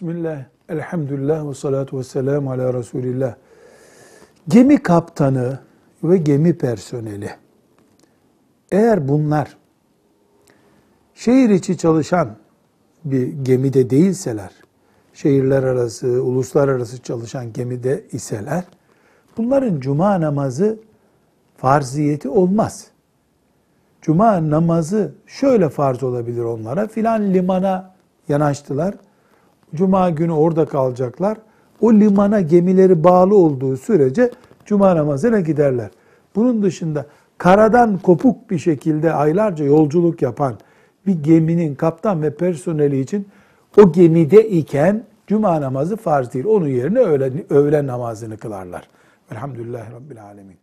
Bismillah, elhamdülillah ve salatu ve selamu ala Resulillah. Gemi kaptanı ve gemi personeli, eğer bunlar şehir içi çalışan bir gemide değilseler, şehirler arası, uluslararası çalışan gemide iseler, bunların cuma namazı farziyeti olmaz. Cuma namazı şöyle farz olabilir onlara, filan limana yanaştılar, cuma günü orada kalacaklar. O limana gemileri bağlı olduğu sürece cuma namazına giderler. Bunun dışında karadan kopuk bir şekilde aylarca yolculuk yapan bir geminin kaptan ve personeli için o gemide iken cuma namazı farz değil. Onun yerine öğlen namazını kılarlar. Elhamdülillahi Rabbil Alemin.